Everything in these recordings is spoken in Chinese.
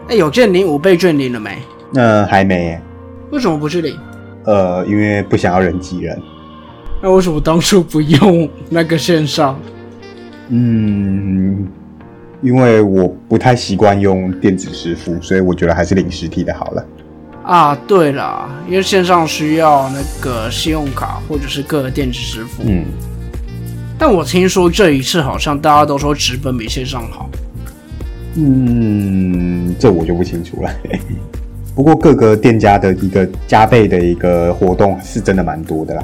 有见你5倍券领了没？ 还没耶。 为什么不去领？ 因为不想要人挤人。 那为什么当初不用那个线上？ 因为我不太习惯用电子支付，所以我觉得还是领实体的好了。 啊，对啦，因为线上需要那个信用卡或者是各个电子支付。但我听说这一次好像大家都说纸本比线上好。 这我就不清楚了。不过各个店家的一个加倍的一个活动是真的蛮多的啦。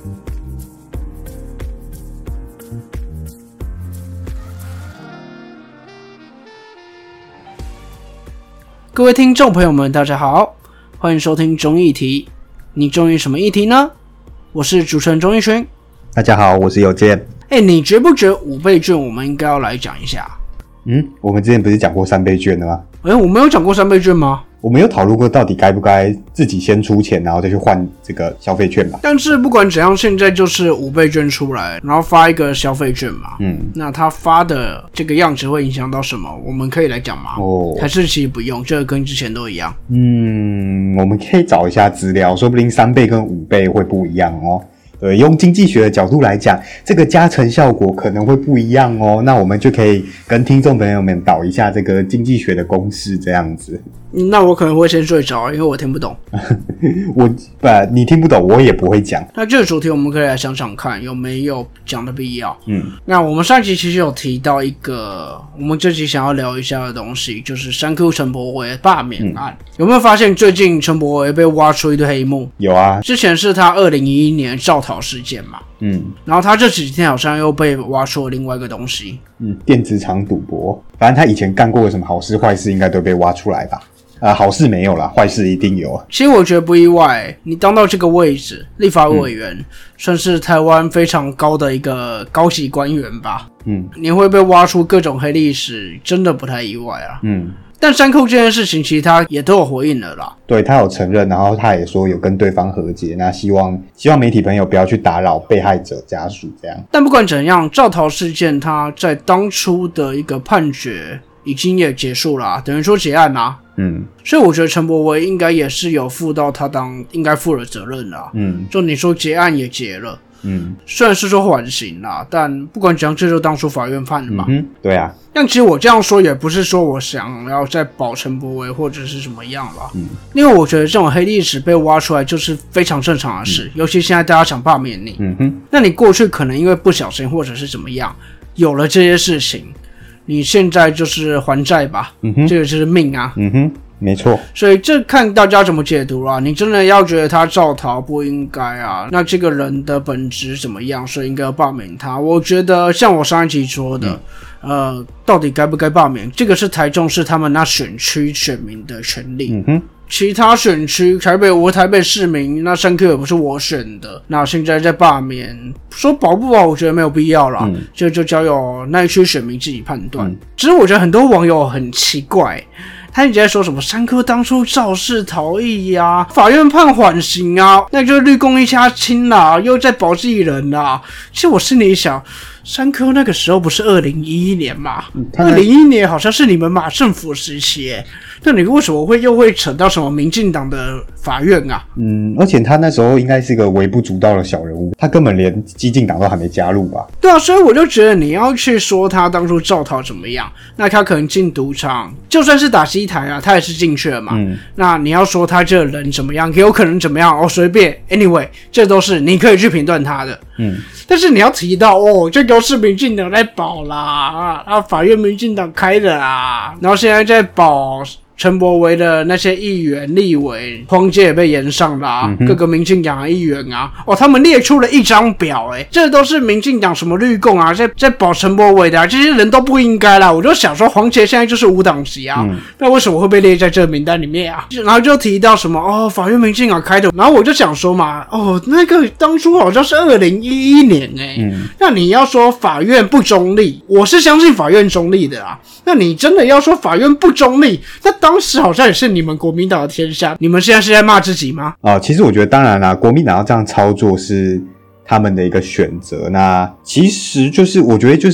各位听众朋友们，大家好，欢迎收听中议题。你中意什么议题呢？我是主持人钟义勋。 大家好，我是有健。 你觉不觉得5倍券我们应该要来讲一下？ 我们之前不是讲过3倍券的吗？ 我们有讲过3倍券吗？ 我们有讨论过到底该不该自己先出钱，然后再去换这个消费券吧。 但是不管怎样，现在就是5倍券出来，然后发一个消费券嘛。那他发的这个样子会影响到什么？我们可以来讲吗？还是其实不用，这个跟之前都一样。 我们可以找一下资料，说不定3倍跟5倍会不一样哦。用经济学的角度来讲，这个加成效果可能会不一样哦。那我们就可以跟听众朋友们导一下这个经济学的公式，这样子。 那我可能会先睡着，因为我听不懂。 你听不懂，我也不会讲。 那这个主题我们可以来想想看，有没有讲的必要？那我们上集其实有提到一个，我们这集想要聊一下的东西，就是3Q 陈柏惟罢免案。有没有发现最近陈柏惟被挖出一堆黑幕？ 有啊， 之前是他2011年造逃事件嘛。然后他这几天好像又被挖出了另外一个东西。 电子厂赌博，反正他以前干过的什么好事坏事，应该都被挖出来吧。好事没有啦，坏事一定有。 其实我觉得不意外，你当到这个位置，立法委员，算是台湾非常高的一个高级官员吧。你会被挖出各种黑历史，真的不太意外啊。但3Q这件事情，其实他也都有回应了啦。 对，他有承认，然后他也说有跟对方和解，那希望媒体朋友不要去打扰被害者家属这样。 但不管怎样，造逃事件他在当初的一个判决已经也结束啦，等于说结案啦。所以我觉得陈柏惟应该也是有负到他应该负的责任啦。就你说结案也结了。虽然是说缓刑啦，但不管怎样，这就当初法院判了嘛。 对啊。 但其实我这样说也不是说我想要再保陈柏惟或者是什么样吧。因为我觉得这种黑历史被挖出来就是非常正常的事，尤其现在大家想罢免你。那你过去可能因为不小心或者是怎么样，有了这些事情，你现在就是还债吧。这个就是命啊。 没错， 所以这看大家怎么解读啦。你真的要觉得他造逃不应该啊，那这个人的本质怎么样，所以应该要罢免他。我觉得像我上一集说的，到底该不该罢免，这个是台中市他们那选区选民的权利。其他选区我台北市民，那3Q也不是我选的，那现在在罢免，说保不保我觉得没有必要啦。就交由那一区选民自己判断。只是我觉得很多网友很奇怪，他一直在说什么3Q当初肇事逃逸啊，法院判缓刑啊，那就是绿共一家亲啦，又在保自己人啦。其实我心里想，3Q 那个时候不是2011年嘛？2011年好像是你们马政府时期耶。那你为什么又会扯到什么民进党的法院啊？ 而且他那时候应该是个微不足道的小人物，他根本连基进党都还没加入吧？ 对啊，所以我就觉得你要去说他当初造逃怎么样，那他可能进赌场，就算是打机台啊，他也是进去了嘛。那你要说他这个人怎么样，有可能怎么样随便 ，anyway， 这都是你可以去评断他的。但是你要提到这都是民进党在保啦，法院民进党开的啦，然后现在在保陈柏惟的那些议员、立委，荒界也被延上啦，各个民进党的议员啊，他们列出了一张表，这都是民进党什么绿共啊，在保陈柏惟的这些人都不应该啦。我就想说，黄捷现在就是无党籍啊，那为什么会被列在这个名单里面啊？然后就提到什么法院民进党开的，然后我就想说嘛，那个当初好像是2011年那你要说法院不中立，我是相信法院中立的啦。那你真的要说法院不中立，那当时好像也是你们国民党的天下，你们现在是在骂自己吗？ 其实我觉得当然啦，国民党要这样操作是他们的一个选择，那其实就是我觉得就是一个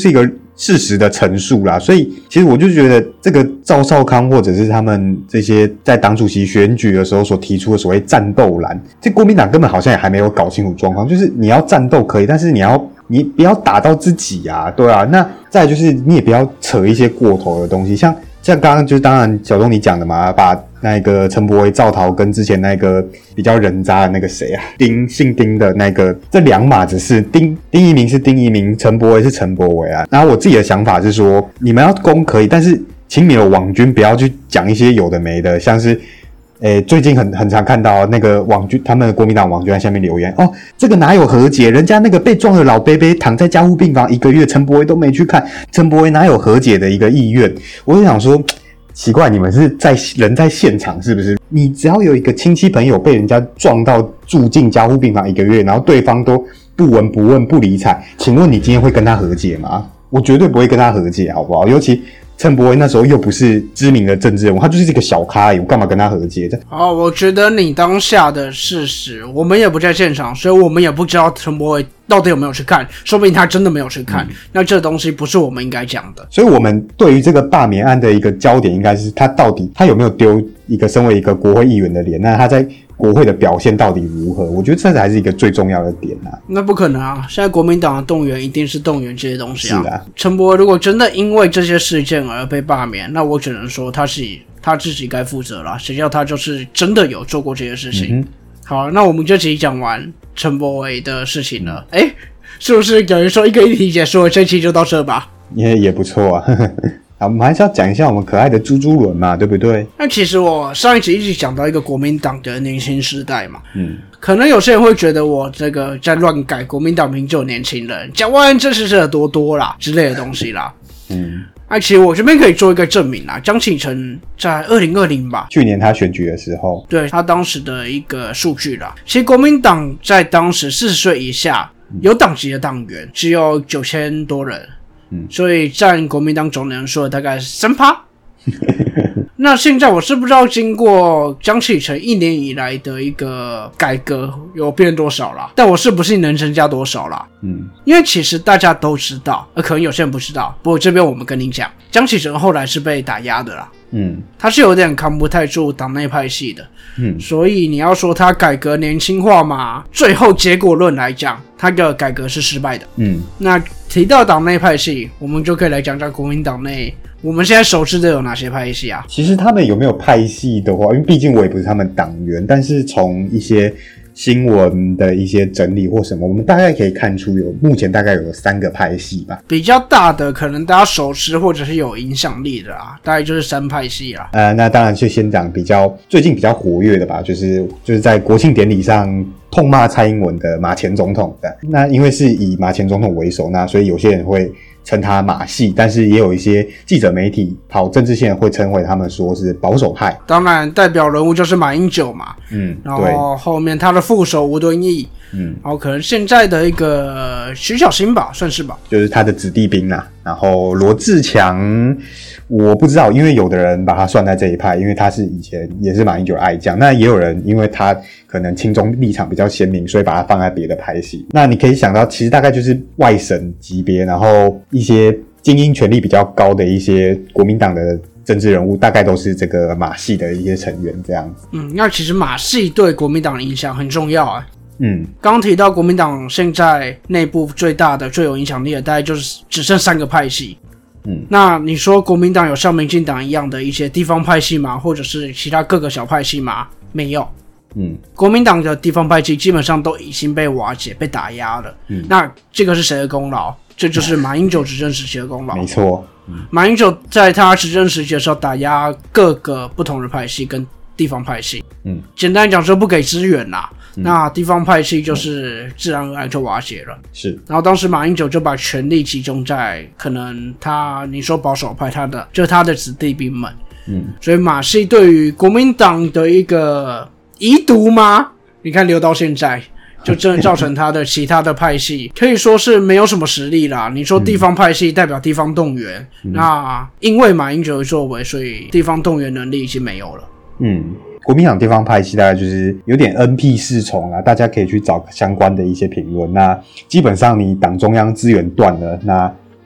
事实的陈述啦。所以其实我就觉得这个赵少康或者是他们这些在党主席选举的时候所提出的所谓战斗蓝，这国民党根本好像也还没有搞清楚状况，就是你要战斗可以，但是你不要打到自己啊，对啊。那再来就是你也不要扯一些过头的东西，像刚刚就是当然小东你讲的嘛，把那个陈柏惟、赵桃跟之前那个比较人渣的那个谁啊，姓丁的那个，这两码子事，丁一鸣是丁一鸣，陈柏惟是陈柏惟啊。然后我自己的想法是说，你们要攻可以，但是请你的网军不要去讲一些有的没的，像是最近很常看到那个网军，他们的国民党网军在下面留言哦，这个哪有和解？人家那个被撞的老伯伯躺在加护病房1个月，陈柏惟都没去看，陈柏惟哪有和解的一个意愿？我就想说，奇怪，你们是人在现场是不是？你只要有一个亲戚朋友被人家撞到住进加护病房1个月，然后对方都不闻不问不理睬，请问你今天会跟他和解吗？我绝对不会跟他和解，好不好？尤其陈柏惟那时候又不是知名的政治人物，他就是这个小咖而已，我干嘛跟他和解？ 好，我觉得你当下的事实，我们也不在现场，所以我们也不知道陈柏惟到底有没有去看，说不定他真的没有去看。那这东西不是我们应该讲的。 所以我们对于这个罢免案的一个焦点，应该是他到底他有没有丢一个身为一个国会议员的脸？那他在国会的表现到底如何？我觉得这才是一个最重要的点啊。 那不可能啊！现在国民党的动员一定是动员这些东西啊。 是啊。 陈柏惟如果真的因为这些事件而被罢免，那我只能说他自己该负责啦。谁叫他就是真的有做过这些事情。好，那我们这集讲完陈柏惟的事情了。是不是有人说一个议题结束了，这期就到这吧？ 也不错啊。好，我们还是要讲一下我们可爱的猪猪轮嘛，对不对？ 那其实我上一集一直讲到一个国民党的年轻世代嘛，可能有些人会觉得我这个在乱改国民党名就有年轻人，讲完这是的多啦之类的东西啦。其实我这边可以做一个证明啦，江启臣在2020吧， 去年他选举的时候， 对他当时的一个数据啦，其实国民党在当时40岁以下有党籍的党员只有9000多人。所以占国民党总人数的大概 3%。那现在我是不知道经过江启臣1年以来的一个改革有变多少啦，但我是不信能增加多少啦。因为其实大家都知道，可能有些人不知道，不过这边我们跟你讲，江启臣后来是被打压的啦。他是有点扛不太住党内派系的。所以你要说他改革年轻化嘛，最后结果论来讲，他的改革是失败的。那提到党内派系，我们就可以来讲讲国民党内我们现在熟知的有哪些派系啊？ 其实他们有没有派系的话，因为毕竟我也不是他们党员，但是从一些新闻的一些整理或什么，我们大概可以看出目前大概有3个派系吧。 比较大的可能大家熟知或者是有影响力的啊，大概就是3派系啦。 那当然就先讲最近比较活跃的吧，就是在国庆典礼上痛骂蔡英文的马前总统的。那因为是以马前总统为首，那所以有些人会称他马系，但是也有一些记者媒体跑政治线会称回他们说是保守派。 当然代表人物就是马英九嘛，然后后面他的副手吴敦义，然后可能现在的一个徐小新吧，算是吧， 就是他的子弟兵啦。然后罗智强我不知道，因为有的人把他算在这一派，因为他是以前也是马英九的爱将，那也有人因为他可能亲中立场比较鲜明，所以把他放在别的派系。那你可以想到其实大概就是外省级别，然后一些精英权力比较高的一些国民党的政治人物，大概都是这个马系的一些成员这样子。 那其实马系对国民党的影响很重要啊。刚提到国民党现在内部最大的最有影响力的大概就是只剩3个派系。那你说国民党有像民进党一样的一些地方派系吗？或者是其他各个小派系吗？没有。国民党的地方派系基本上都已经被瓦解被打压了。那这个是谁的功劳？这就是马英九执政时期的功劳。 没错。 马英九在他执政时期的时候打压各个不同的派系跟地方派系。简单讲说不给资源啦。那地方派系就是自然而然就瓦解了。 是。 然后当时马英九就把权力集中在可能你说保守派就是他的子弟兵们。所以马系对于国民党的一个遗毒吗？你看留到现在就真的造成他的其他的派系可以说是没有什么实力啦。你说地方派系代表地方动员，那因为马英九的作为，所以地方动员能力已经没有了。 国民党地方派系大概就是有点 NP 侍从啦，大家可以去找相关的一些评论。那基本上你党中央资源断了，那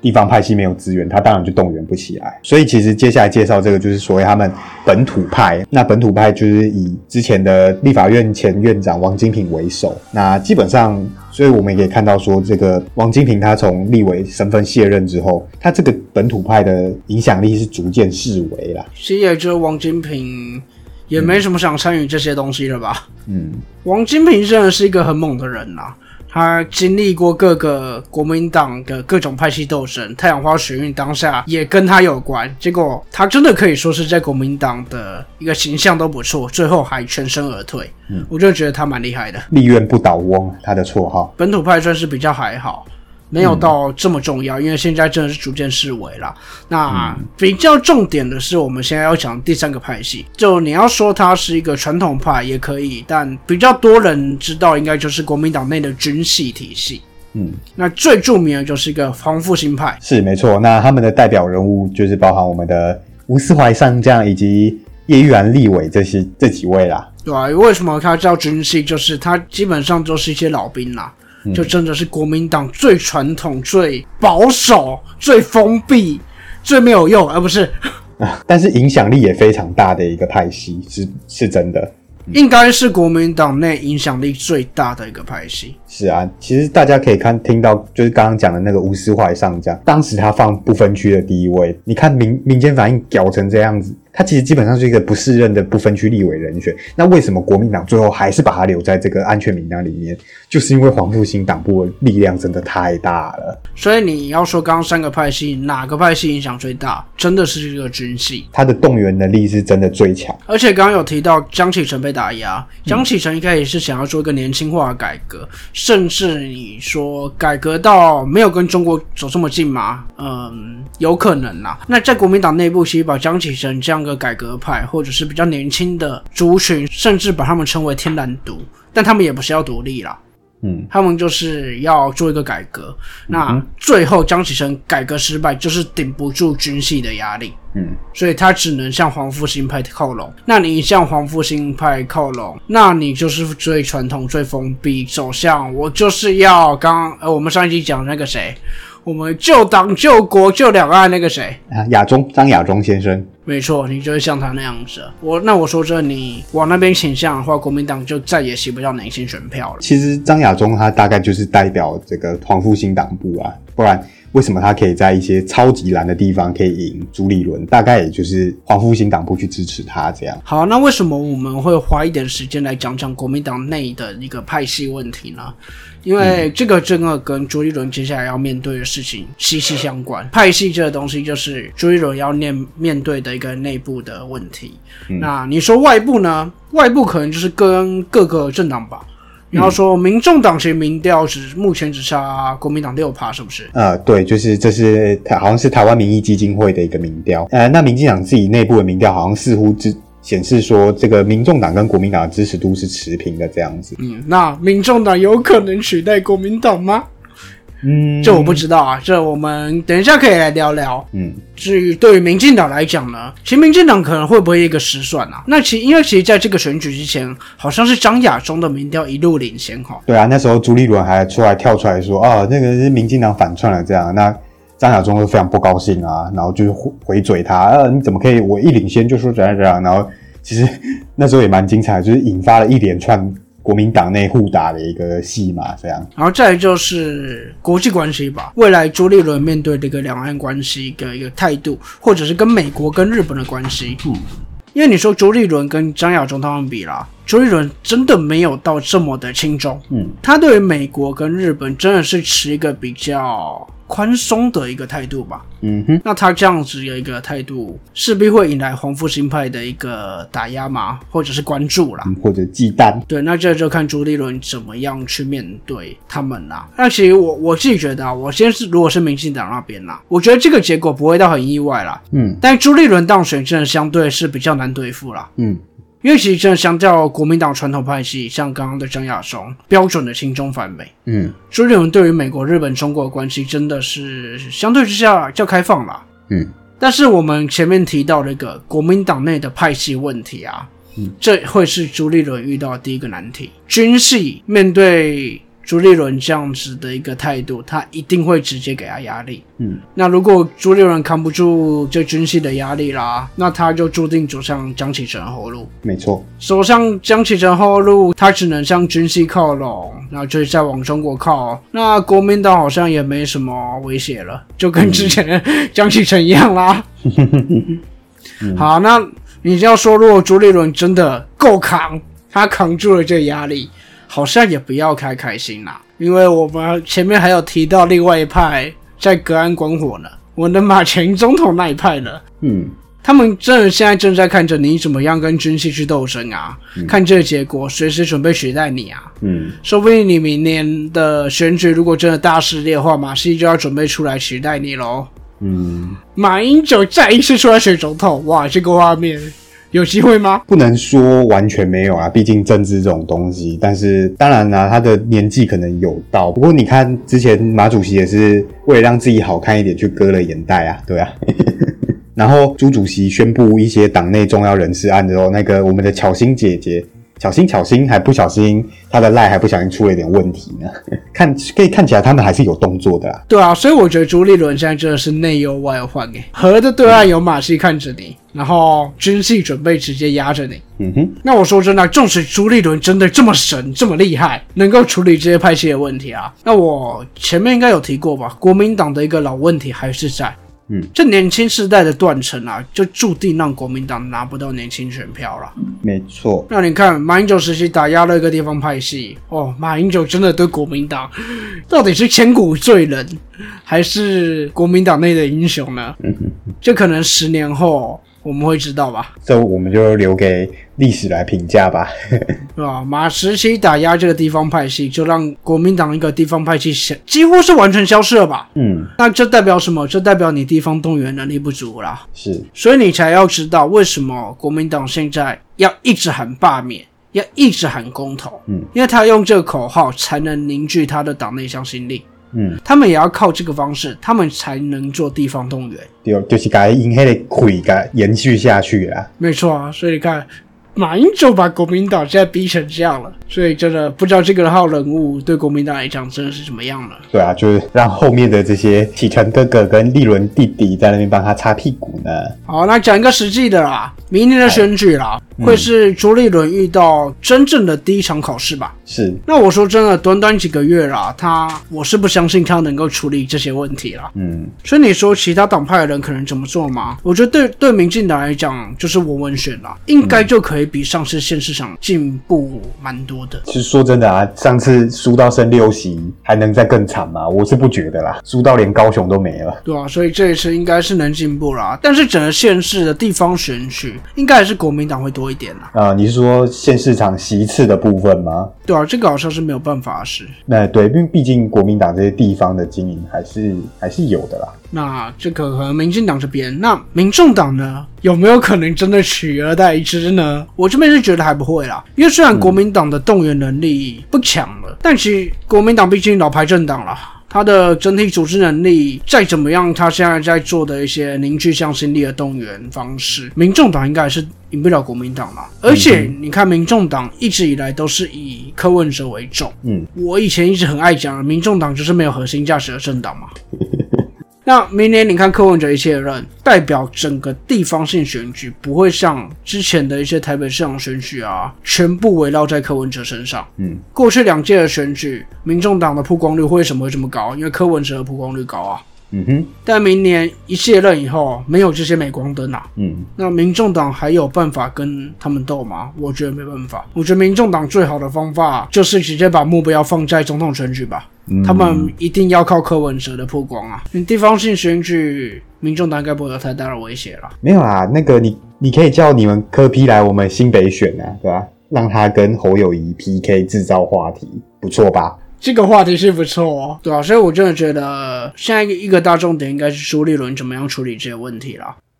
地方派系没有资源，他当然就动员不起来。所以其实接下来介绍这个就是所谓他们本土派。那本土派就是以之前的立法院前院长王金平为首。那基本上，所以我们也可以看到说，这个王金平他从立委身份卸任之后，他这个本土派的影响力是逐渐式微啦。 其实也只有王金平也没什么想参与这些东西了吧。王金平真的是一个很猛的人啦。他经历过各个国民党的各种派系斗争，太阳花学运当下也跟他有关，结果他真的可以说是在国民党的一个形象都不错，最后还全身而退。我就觉得他蛮厉害的。 立院不倒翁，他的绰号。 本土派算是比较还好，没有到这么重要，因为现在真的是逐渐式微啦。那比较重点的是我们现在要讲第三个派系，就你要说它是一个传统派也可以，但比较多人知道应该就是国民党内的军系体系。那最著名的就是一个黄复兴派。 是没错，那他们的代表人物就是包含我们的吴思怀上将以及叶玉兰立委这几位啦。 对啊，为什么他叫军系，就是他基本上都是一些老兵啦。就真的是国民党最传统、最保守、最封闭、最没有用，而不是但是影响力也非常大的一个派系，是真的。 应该是国民党内影响力最大的一个派系。 是啊，其实大家可以听到，就是刚刚讲的那个吴思怀上将，当时他放不分区的第一位，你看民间反应屌成这样子，他其实基本上是一个不适任的不分区立委人选。那为什么国民党最后还是把他留在这个安全名单里面？就是因为黄复兴党部的力量真的太大了。 所以你要说刚刚三个派系哪个派系影响最大，真的是这个军系， 他的动员能力是真的最强。 而且刚刚有提到江启臣被打压，江启臣一开始是想要做一个年轻化的改革，甚至你说改革到没有跟中国走这么近吗？有可能啦。那在国民党内部，其实把江启臣这样的改革派，或者是比较年轻的族群，甚至把他们称为天然独，但他们也不是要独立啦。他们就是要做一个改革。那最后江启臣改革失败，就是顶不住军系的压力。所以他只能向黄复兴派靠拢。那你向黄复兴派靠拢，那你就是最传统、最封闭，走向我就是要我们上一集讲那个谁，我们救党、救国、救两岸那个谁张亚中先生。 没错，你就会像他那样子。我说真的，你往那边倾向的话，国民党就再也吸不到年轻选票了。 其实张亚中他大概就是代表这个黄复兴党部啊，不然为什么他可以在一些超级蓝的地方可以赢朱立伦？大概也就是黄复兴党部去支持他这样。 好，那为什么我们会花一点时间来讲讲国民党内的一个派系问题呢？因为这个真的跟朱立伦接下来要面对的事情息息相关。派系这个东西就是朱立伦要面对的一个内部的问题。那你说外部呢？外部可能就是跟各个政党吧。你要说民众党其实民调目前只差国民党 6%， 是不是？ 对，就是这是好像是台湾民意基金会的一个民调。那民进党自己内部的民调好像似乎显示说，这个民众党跟国民党的支持度是持平的这样子。 那民众党有可能取代国民党吗？这我不知道啊，这我们等一下可以来聊聊。至于对于民进党来讲呢，其实民进党可能会不会一个失算啊？因为其实在这个选举之前，好像是张亚中的民调一路领先哈。 对啊，那时候朱立伦还跳出来说，那个是民进党反串了这样。那张亚中就非常不高兴啊，然后就回嘴他，你怎么可以我一领先就说怎样怎样？然后其实那时候也蛮精彩的，就是引发了一连串国民党内互打的一个戏码这样。 然后再来就是国际关系吧，未来朱立伦面对这个两岸关系的一个态度，或者是跟美国跟日本的关系。因为你说朱立伦跟张亚中他们比啦，朱立伦真的没有到这么的亲中。他对于美国跟日本真的是持一个比较宽松的一个态度吧。那他这样子的一个态度，势必会引来黄复兴派的一个打压嘛，或者是关注啦， 或者忌惮。 对，那这就看朱立伦怎么样去面对他们啦。那其实我自己觉得我如果是民进党那边啦，我觉得这个结果不会到很意外啦。但朱立伦当选真的相对是比较难对付啦。因为其实真的相较国民党传统派系，像刚刚的张亚中，标准的亲中反美。朱立伦对于美国、日本、中国的关系真的是相对之下较开放啦。但是我们前面提到那个国民党内的派系问题啊，这会是朱立伦遇到的第一个难题。军系面对朱立伦这样子的一个态度，他一定会直接给他压力。那如果朱立伦扛不住这军系的压力啦，那他就注定走向江启臣后路。 没错， 走向江启臣后路，他只能向军系靠拢，然后就是再往中国靠。那国民党好像也没什么威胁了，就跟之前江启臣一样啦。好，那你就要说，如果朱立伦真的够扛，他扛住了这个压力，好像也不要开心啦，因为我们前面还有提到另外一派在隔岸观火呢，我的马前总统那一派呢，他们真的现在正在看着你怎么样跟军系去斗争啊，看这个结果，随时准备取代你啊。说不定你明年的选举如果真的大势力的话，马系就要准备出来取代你咯。马英九再一次出来选总统，哇，这个画面有机会吗？ 不能说完全没有啊，毕竟政治这种东西。但是当然啦，他的年纪可能有到。不过你看之前马主席也是为了让自己好看一点去割了眼袋啊，对啊。然后朱主席宣布一些党内重要人事案之后，那个我们的巧心姐姐巧心还不小心，他的赖还不小心出了一点问题呢。可以看起来他们还是有动作的啦。 对啊，所以我觉得朱立伦现在真的是内忧外患耶。河的对岸有马系看着你，然后军系准备直接压着你。那我说真的，纵使朱立伦真的这么神这么厉害，能够处理这些派系的问题啊，那我前面应该有提过吧，国民党的一个老问题还是在。这年轻世代的断层啊，就注定让国民党拿不到年轻选票了。 没错。 那你看马英九时期打压了一个地方派系，马英九真的对国民党到底是千古罪人，还是国民党内的英雄呢？这可能10年后我们会知道吧。 这我们就留给历史来评价吧。 对吧？马时期打压这个地方派系，就让国民党一个地方派系几乎是完全消失了吧。那这代表什么？这代表你地方动员能力不足啦。 是， 所以你才要知道为什么国民党现在要一直喊罢免，要一直喊公投。因为他用这个口号才能凝聚他的党内向心力。他们也要靠这个方式，他们才能做地方动员。 对，就是把因那个气给延续下去啦。 没错啊，所以你看，马英九把国民党现在逼成这样了，所以真的不知道这个号人物对国民党来讲真的是怎么样了。 对啊，就是让后面的这些启臣哥哥跟立伦弟弟在那边帮他擦屁股呢。好， 那讲一个实际的啦，明年的选举啦，会是朱立伦遇到真正的第一场考试吧。 是。 那我说真的，短短几个月啦，我是不相信他能够处理这些问题啦。所以你说其他党派的人可能怎么做吗？我觉得对民进党来讲，就是文文选啦，应该就可以比上次县市长进步蛮多的。 其实说真的啊，上次输到剩6席，还能再更惨吗？我是不觉得啦，输到连高雄都没了。 对啊，所以这一次应该是能进步啦。但是整个县市的地方选举，应该还是国民党会多一点啦。 你是说县市长席次的部分吗？ 对啊，这个好像是没有办法的事。 对，因为毕竟国民党这些地方的经营还是有的啦。 那这个可能民进党这边，那民众党呢，有没有可能真的取而代之呢？我这边是觉得还不会啦，因为虽然国民党的动员能力不强了，但其实国民党毕竟老牌政党啦，他的整体组织能力再怎么样，他现在在做的一些凝聚向心力的动员方式，民众党应该还是赢不了国民党啦。而且你看，民众党一直以来都是以柯文哲为重。我以前一直很爱讲，民众党就是没有核心价值的政党嘛。那明年你看柯文哲一卸任，代表整个地方性选举不会像之前的一些台北市长选举啊，全部围绕在柯文哲身上。过去2届的选举，民众党的曝光率为什么会这么高？因为柯文哲的曝光率高啊。但明年一卸任以后，没有这些镁光灯啊。那民众党还有办法跟他们斗吗？我觉得没办法。我觉得民众党最好的方法就是直接把目标放在总统选举吧。他们一定要靠柯文哲的曝光啊！你地方性选举，民众党应该不会有太大的威胁啦。 没有啦，那个你可以叫你们柯 P 来我们新北选啊，对吧？让他跟侯友宜 PK 制造话题，不错吧？ 这个话题是不错哦，对啊，所以我真的觉得现在一个大重点应该是朱立伦怎么样处理这些问题啦。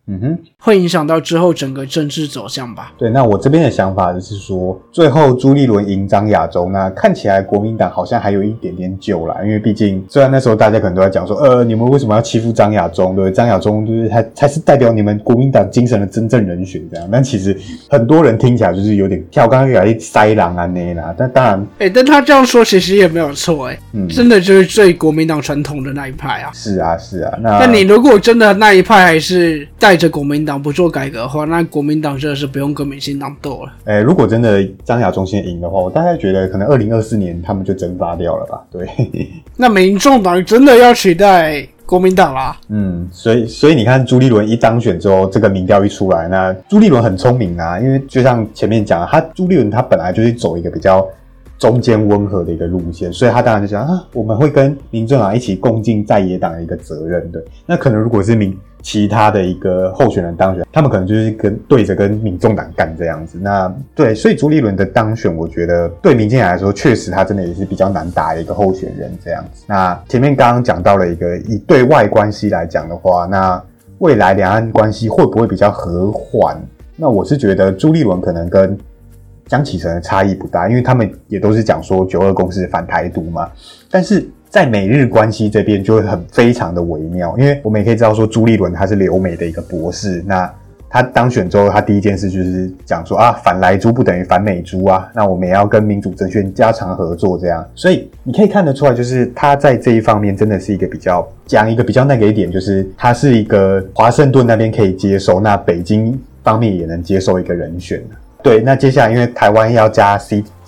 会影响到之后整个政治走向吧。 对，那我这边的想法就是说，最后朱立伦赢张亚中，那看起来国民党好像还有一点点救啦，因为毕竟虽然那时候大家可能都在讲说，你们为什么要欺负张亚中？对，张亚中就是他才是代表你们国民党精神的真正人选这样，但其实很多人听起来就是有点跳刚刚来塞狼啊那啦，但当然， 但他这样说其实也没有错真的就是最国民党传统的那一派啊。 是啊，那你如果真的那一派还是带着国民党不做改革的话，那国民党真的是不用跟民进党斗了。 如果真的张亚中先赢的话，我大概觉得可能2024年他们就蒸发掉了吧。对， 那民众党真的要取代国民党啦。 所以你看朱立伦一当选之后，这个民调一出来，那朱立伦很聪明啊，因为就像前面讲的，朱立伦他本来就是走一个比较中间温和的一个路线，所以他当然就想我们会跟民众党一起共进在野党的一个责任的。那可能如果是其他的一个候选人当选，他们可能就是对着跟民众党干这样子。那对，所以朱立伦的当选，我觉得对民进党来说，确实他真的也是比较难打的一个候选人这样子。那前面刚刚讲到了一个以对外关系来讲的话，那未来两岸关系会不会比较和缓？那我是觉得朱立伦可能跟江启臣的差异不大，因为他们也都是讲说9·2共识反台独嘛，但是在美日关系这边就会非常的微妙，因为我们也可以知道说朱立伦他是留美的一个博士，那他当选之后他第一件事就是讲说反莱猪不等于反美猪啊，那我们也要跟民主阵线加强合作这样，所以你可以看得出来就是他在这一方面真的是一个比较讲一个比较那个一点，就是他是一个华盛顿那边可以接受，那北京方面也能接受一个人选。对，那接下来因为台湾要加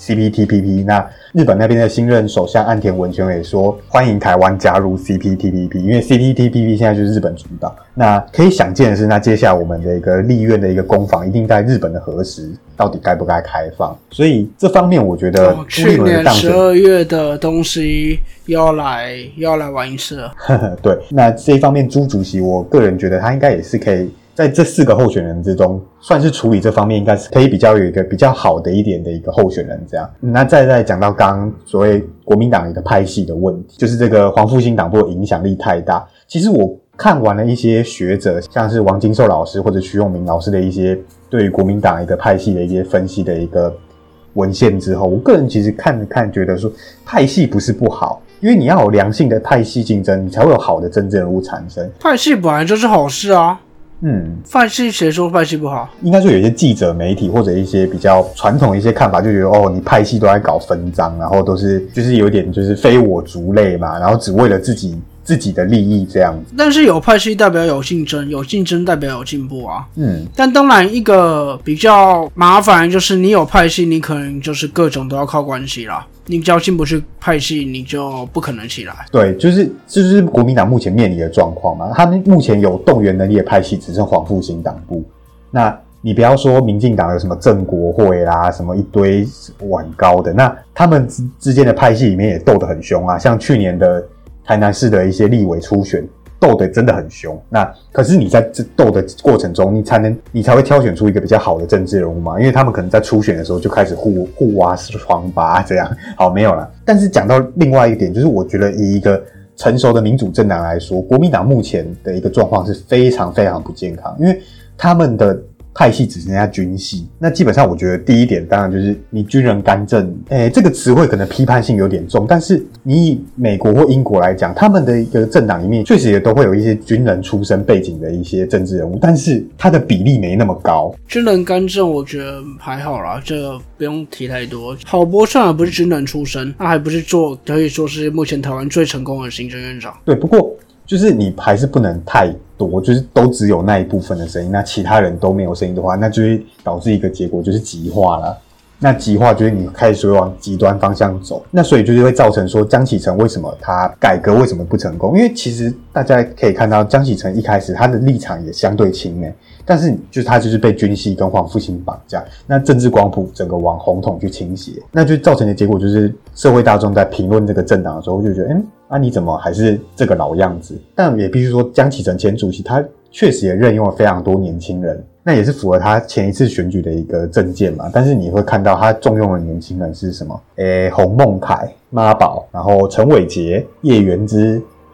CPTPP， 那日本那边的新任首相岸田文雄也说欢迎台湾加入 CPTPP， 因为 CPTPP 现在就是日本主导。那可以想见的是，那接下来我们的一个立院的一个攻防一定在日本的核实到底该不该开放，所以这方面我觉得朱立伦的当选去年12月的东西要来玩一次了。 对，那这一方面朱主席我个人觉得他应该也是可以在这4个候选人之中，算是处理这方面应该是可以比较有一个比较好的一点的一个候选人这样。那再讲到刚刚所谓国民党一个派系的问题，就是这个黄复兴党部的影响力太大。其实我看完了一些学者，像是王金寿老师或者徐永明老师的一些对于国民党一个派系的一些分析的一个文献之后，我个人其实看觉得说派系不是不好，因为你要有良性的派系竞争，你才会有好的政治人物产生。 派系本来就是好事啊。派系谁说派系不好？ 应该说有一些记者媒体或者一些比较传统的一些看法，就觉得你派系都在搞分赃，然后都是就是有点就是非我族类嘛，然后只为了自己的利益这样子。 但是有派系代表有竞争，有竞争代表有进步啊。但当然一个比较麻烦的就是你有派系，你可能就是各种都要靠关系啦。你只要进不去派系，你就不可能起来。 对，就是国民党目前面临的状况嘛。他们目前有动员能力的派系只剩黄复兴党部。那你不要说民进党有什么正国会啦，什么一堆晚高的，那他们之间的派系里面也斗得很凶啊。像去年的台南市的一些立委初选，斗得真的很凶。那可是你在这斗的过程中，你才会挑选出一个比较好的政治人物嘛？因为他们可能在初选的时候就开始互挖疮疤这样。好，没有啦。但是讲到另外一点，就是我觉得以一个成熟的民主政党来说，国民党目前的一个状况是非常非常不健康，因为他们的派系只剩下军系。那基本上我觉得第一点当然就是你军人干政，这个词汇可能批判性有点重，但是你以美国或英国来讲，他们的一个政党里面确实也都会有一些军人出身背景的一些政治人物，但是他的比例没那么高。 军人干政我觉得还好啦，这个不用提太多。郝柏村也不是军人出身，他还不是可以说是目前台湾最成功的行政院长。 对，不过就是你还是不能太多，就是都只有那一部分的声音，那其他人都没有声音的话，那就会导致一个结果就是极化了。那极化就是你开始会往极端方向走，那所以就是会造成说江启臣为什么他改革为什么不成功？因为其实大家可以看到江启臣一开始他的立场也相对轻但是他就是被军系跟黄复兴绑架，那政治光谱整个往红统去倾斜，那就造成的结果就是社会大众在评论这个政党的时候就觉得你怎么还是这个老样子？但也必须说江启臣前主席他确实也任用了非常多年轻人，那也是符合他前一次选举的一个政见嘛。但是你会看到他重用的年轻人是什么？洪孟楷、妈宝，然后陈伟杰、叶元之、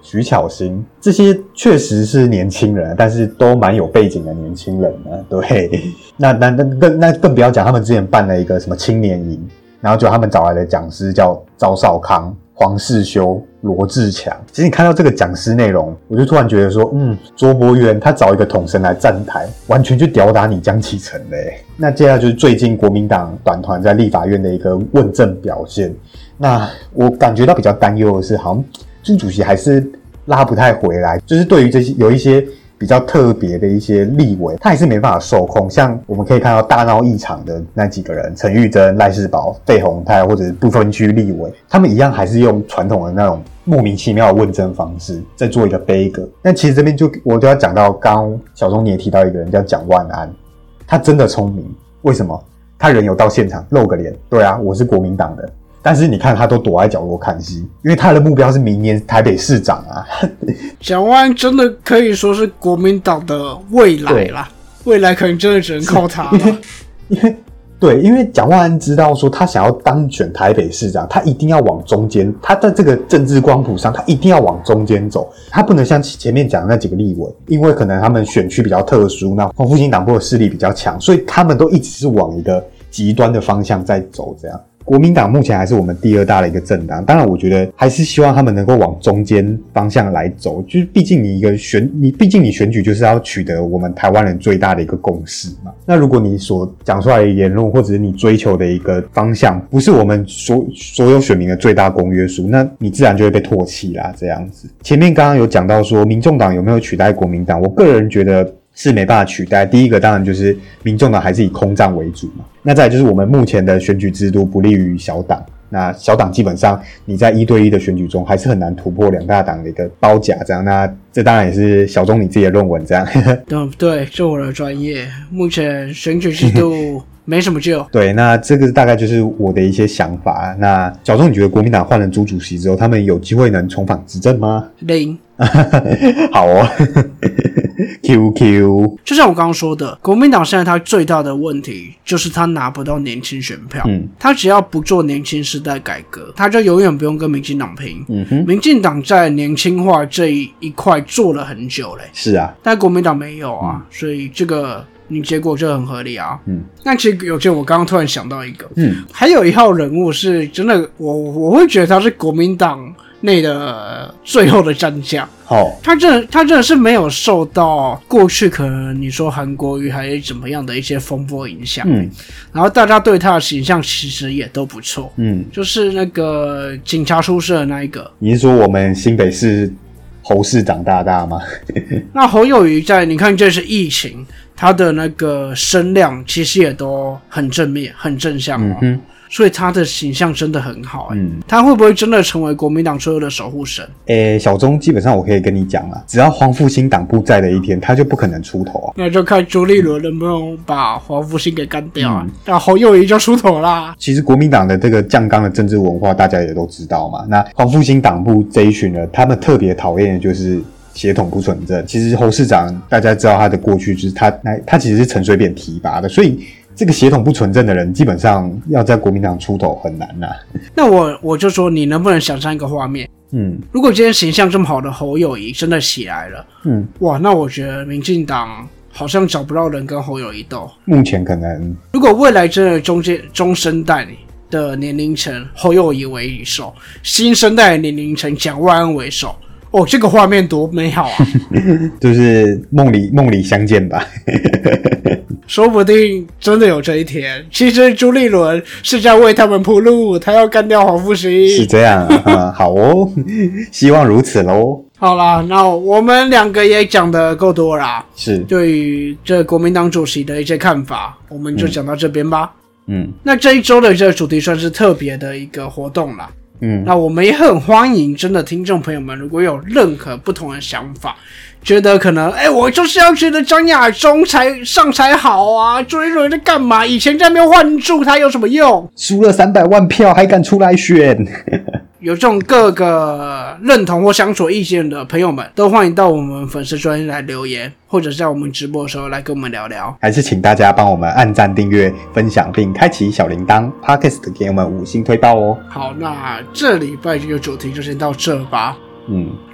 徐巧芯，这些确实是年轻人，但是都蛮有背景的年轻人呢。对，那更不要讲他们之前办了一个什么青年营，然后就他们找来的讲师叫赵少康、黄世修、罗志强。其实你看到这个讲师内容，我就突然觉得说，卓博源他找一个统神来站台，完全就吊打你江启臣嘞。那接下来就是最近国民党党团在立法院的一个问政表现。那我感觉到比较担忧的是，好像朱主席还是拉不太回来，就是对于这些有一些比较特别的一些立委，他还是没办法受控。像我们可以看到大闹议场的那几个人，陈玉珍、赖士葆、费鸿泰，或者是不分区立委，他们一样还是用传统的那种莫名其妙的问政方式在做一个杯葛。但其实这边我就要讲到，刚刚小钟你也提到一个人叫蒋万安，他真的聪明。为什么？他人有到现场露个脸，对啊，我是国民党的。但是你看他都躲在角落看戏，因为他的目标是明年台北市长啊。 蒋万安真的可以说是国民党的未来啦，未来可能真的只能靠他了。 因为蒋万安知道说他想要当选台北市长，他一定要往中间，他在这个政治光谱上，他一定要往中间走，他不能像前面讲的那几个立委，因为可能他们选区比较特殊，那黄复兴党部的势力比较强，所以他们都一直是往一个极端的方向在走这样。国民党目前还是我们第二大的一个政党，当然我觉得还是希望他们能够往中间方向来走，就是毕竟你选举就是要取得我们台湾人最大的一个共识嘛。那如果你所讲出来的言论或者是你追求的一个方向不是我们所有选民的最大公约数，那你自然就会被唾弃啦这样子。前面刚刚有讲到说民众党有没有取代国民党，我个人觉得是没办法取代。第一个当然就是民众党还是以空战为主嘛，那再来就是我们目前的选举制度不利于小党，那小党基本上你在1对1的选举中还是很难突破两大党的一个包夹这样，那这当然也是小钟你自己的论文这样。 对，是我的专业，目前选举制度没什么救。 对，那这个大概就是我的一些想法。那小钟你觉得国民党换了朱主席之后，他们有机会能重返执政吗？ 零。 好哦。QQ 就像我刚刚说的，国民党现在他最大的问题就是他拿不到年轻选票，他只要不做年轻世代改革，他就永远不用跟民进党拼。民进党在年轻化这一块做了很久嘞， 是啊， 但国民党没有啊，所以这个你结果就很合理啊。那其实有件我刚刚突然想到一个，还有一号人物是真的，我会觉得他是国民党内的最后的战将。他真的是没有受到过去可能你说韩国瑜还是怎么样的一些风波影响，然后大家对他的形象其实也都不错，就是那个警察出身的那一个。 你是说我们新北市侯市长大吗？ 那侯友宜在你看这次疫情，他的那个声量其实也都很正面、很正向哦。所以他的形象真的很好他会不会真的成为国民党最后的守护神？ 小钟基本上我可以跟你讲啦，只要黄复兴党部在的一天，他就不可能出头啊。 那就看朱立伦能不能把黄复兴给干掉啊，那侯友宜就出头啦。 其实国民党的这个酱缸的政治文化大家也都知道嘛，那黄复兴党部这一群人，他们特别讨厌的就是血统不纯正。其实侯市长大家知道他的过去就是他其实是陈水扁提拔的，所以这个血统不纯正的人基本上要在国民党出头很难那我就说你能不能想象一个画面，如果今天形象这么好的侯友宜真的起来了，哇，那我觉得民进党好像找不到人跟侯友宜斗。 目前可能如果未来真的中生代的年龄层侯友宜为首，新生代的年龄层蒋万安为首，这个画面多美好啊。 就是梦里相见吧。 说不定真的有这一天。其实朱立伦是在为他们铺路，他要干掉黄复兴。 是这样好哦，希望如此咯。 好啦，那我们两个也讲得够多啦， 是对于这国民党主席的一些看法，我们就讲到这边吧。那这一周的这个主题算是特别的一个活动啦。那我们也很欢迎真的听众朋友们，如果有任何不同的想法，觉得可能我就是要觉得张亚中才好啊，朱立伦在干嘛？以前在那边换住他有什么用？ 输了300万票还敢出来选？ 有这种各个认同或相左意见的朋友们，都欢迎到我们粉丝专页来留言，或者在我们直播的时候来跟我们聊聊。 还是请大家帮我们按赞、订阅、分享，并开启小铃铛 ，Podcast 给我们5星推爆哦。 好，那这礼拜这个主题就先到这吧。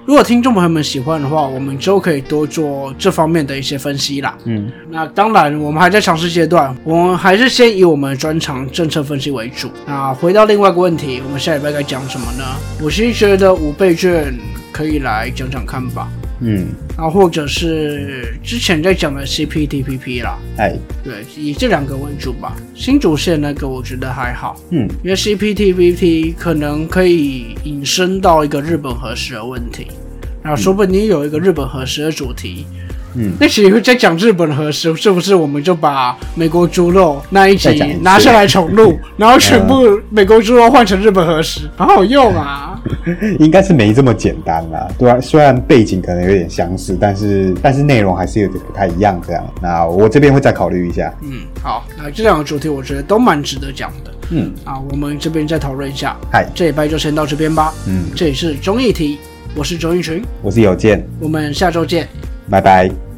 如果听众朋友们喜欢的话，我们之后可以多做这方面的一些分析啦。那当然我们还在尝试阶段，我们还是先以我们的专长政策分析为主。那回到另外一个问题，我们下礼拜该讲什么呢？我其实觉得5倍券可以来讲讲看吧。或者是之前在讲的 CPTPP 啦，对，以这2个为主吧。新竹县那个我觉得还好，因为 CPTPP 可能可以引申到一个日本核食的问题，然后说不定有一个日本核食的主题。那其实在讲日本核食，是不是我们就把美国猪肉那一集拿下来重录，然后全部美国猪肉换成日本核食，好好用啊？ 应该是没这么简单啦，对啊，虽然背景可能有点相似，但是内容还是有点不太一样这样。那我这边会再考虑一下。 好，那这2个主题我觉得都蛮值得讲的。我们这边再讨论一下。这礼拜就先到这边吧。这里是综艺题，我是周一群， 我是有健， 我们下周见。 拜拜。